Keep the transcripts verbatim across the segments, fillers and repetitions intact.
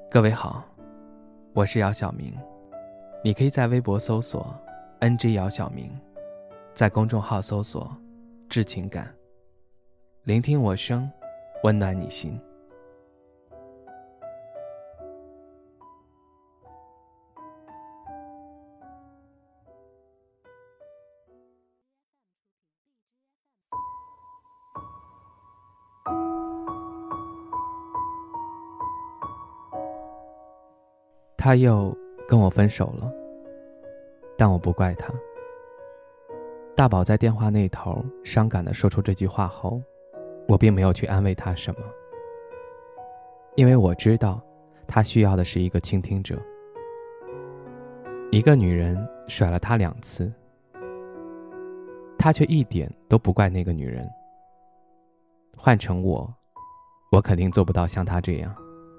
各位好，我是姚晓明，你可以在微博搜索 N G 姚晓明，在公众号搜索致情感，聆听我声，温暖你心。他又跟我分手了，但我不怪他。大宝在电话那头伤感地说出这句话后，我并没有去安慰他什么，因为我知道他需要的是一个倾听者。一个女人甩了他两次，他却一点都不怪那个女人。换成我，我肯定做不到像他这样。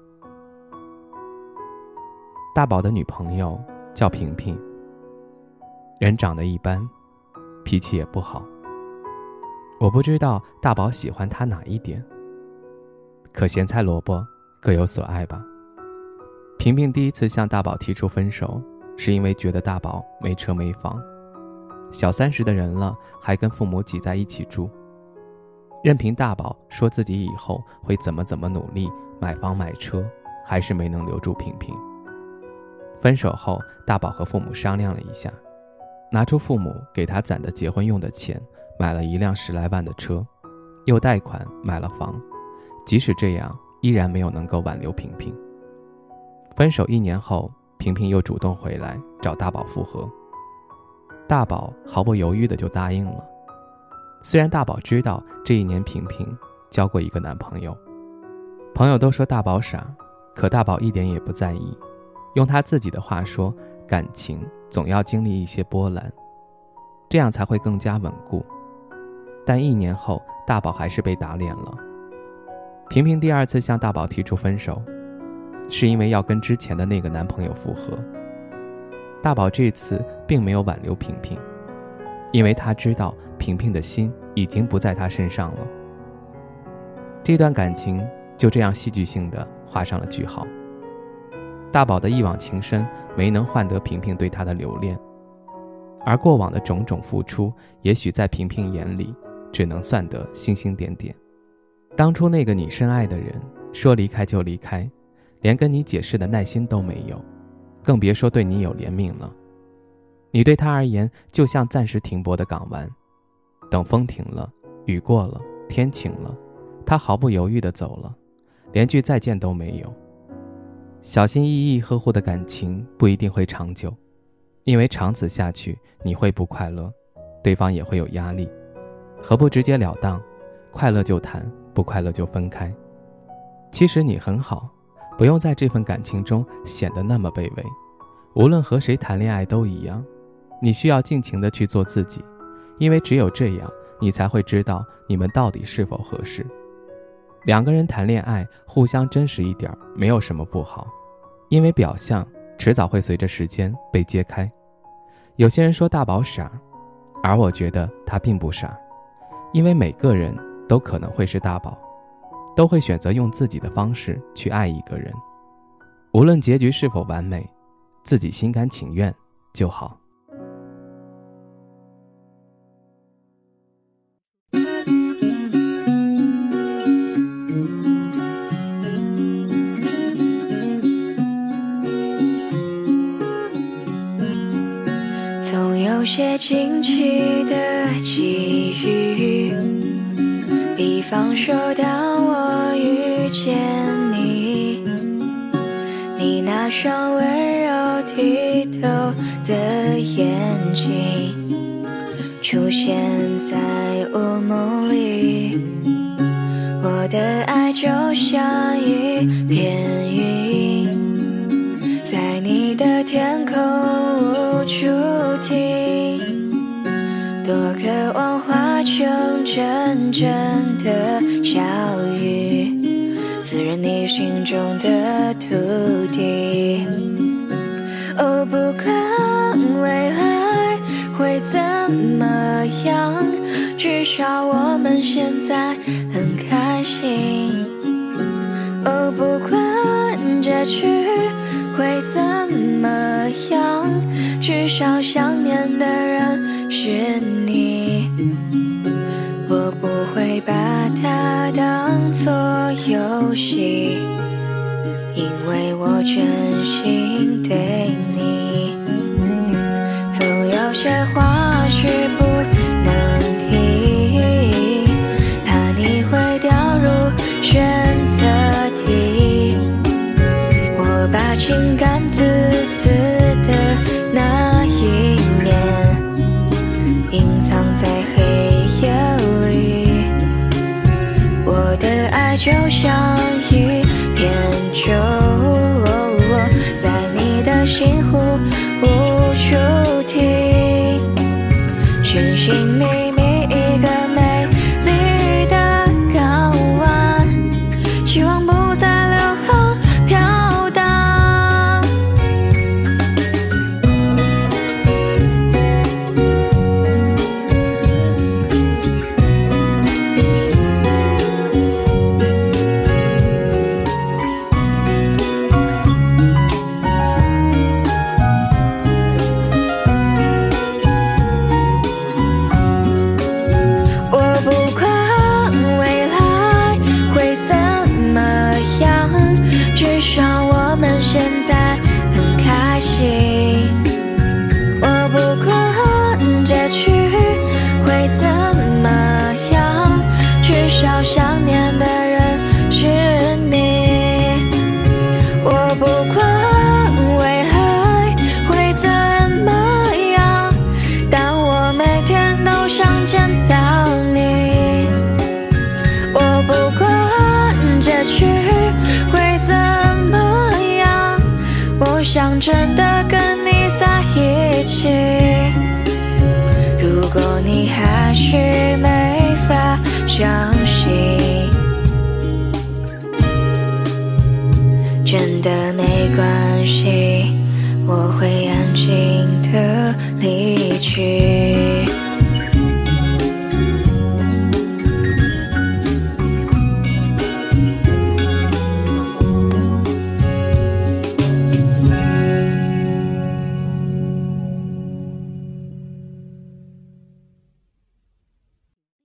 大宝的女朋友叫萍萍，人长得一般，脾气也不好。我不知道大宝喜欢她哪一点，可咸菜萝卜各有所爱吧。萍萍第一次向大宝提出分手，是因为觉得大宝没车没房，小三十的人了还跟父母挤在一起住，任凭大宝说自己以后会怎么怎么努力买房买车，还是没能留住萍萍。分手后，大宝和父母商量了一下，拿出父母给他攒的结婚用的钱，买了一辆十来万的车，又贷款买了房。即使这样，依然没有能够挽留萍萍。分手一年后，萍萍又主动回来找大宝复合，大宝毫不犹豫的就答应了。虽然大宝知道这一年萍萍交过一个男朋友，朋友都说大宝傻，可大宝一点也不在意。用他自己的话说，感情总要经历一些波澜，这样才会更加稳固。但一年后，大宝还是被打脸了。萍萍第二次向大宝提出分手，是因为要跟之前的那个男朋友复合。大宝这次并没有挽留萍萍，因为他知道萍萍的心已经不在他身上了。这段感情就这样戏剧性地画上了句号。大宝的一往情深没能换得萍萍对他的留恋，而过往的种种付出，也许在萍萍眼里只能算得星星点点。当初那个你深爱的人说离开就离开，连跟你解释的耐心都没有，更别说对你有怜悯了。你对他而言就像暂时停泊的港湾，等风停了，雨过了，天晴了，他毫不犹豫地走了，连句再见都没有。小心翼翼呵护的感情不一定会长久，因为长此下去你会不快乐，对方也会有压力。何不直截了当，快乐就谈，不快乐就分开。其实你很好，不用在这份感情中显得那么卑微。无论和谁谈恋爱都一样，你需要尽情地去做自己，因为只有这样，你才会知道你们到底是否合适。两个人谈恋爱，互相真实一点没有什么不好，因为表象迟早会随着时间被揭开。有些人说大宝傻，而我觉得他并不傻，因为每个人都可能会是大宝，都会选择用自己的方式去爱一个人。无论结局是否完美，自己心甘情愿就好。 有些惊奇的际遇，比方说当我遇见你，你那双温柔剔透的眼睛出现在我梦里，我的爱就像一片云，在你的天空无处停，多渴望化成真正的小雨，滋润你心中的土地。哦，不管未来会怎么样，至少我们现在很开心。哦，不管结局会怎么样？至少想念的人是你，我不会把它当作游戏，因为我真心对你。总有些话是不能提，怕你会掉入选择题。我把情感自私的那一面隐藏在黑夜里，我的爱就像一片舟，在你的心湖无处停，寻寻觅觅一个美丽的港湾，希望不再流浪飘荡。我不管未来会怎么样，至少我们现在很开心。我不管结局会怎么样，至少想念的人是你。我不管未来会怎么样，但我每天都想见到你。我不管结局会怎么样，我想真的跟你在一起。如果你还是没法相信，真的没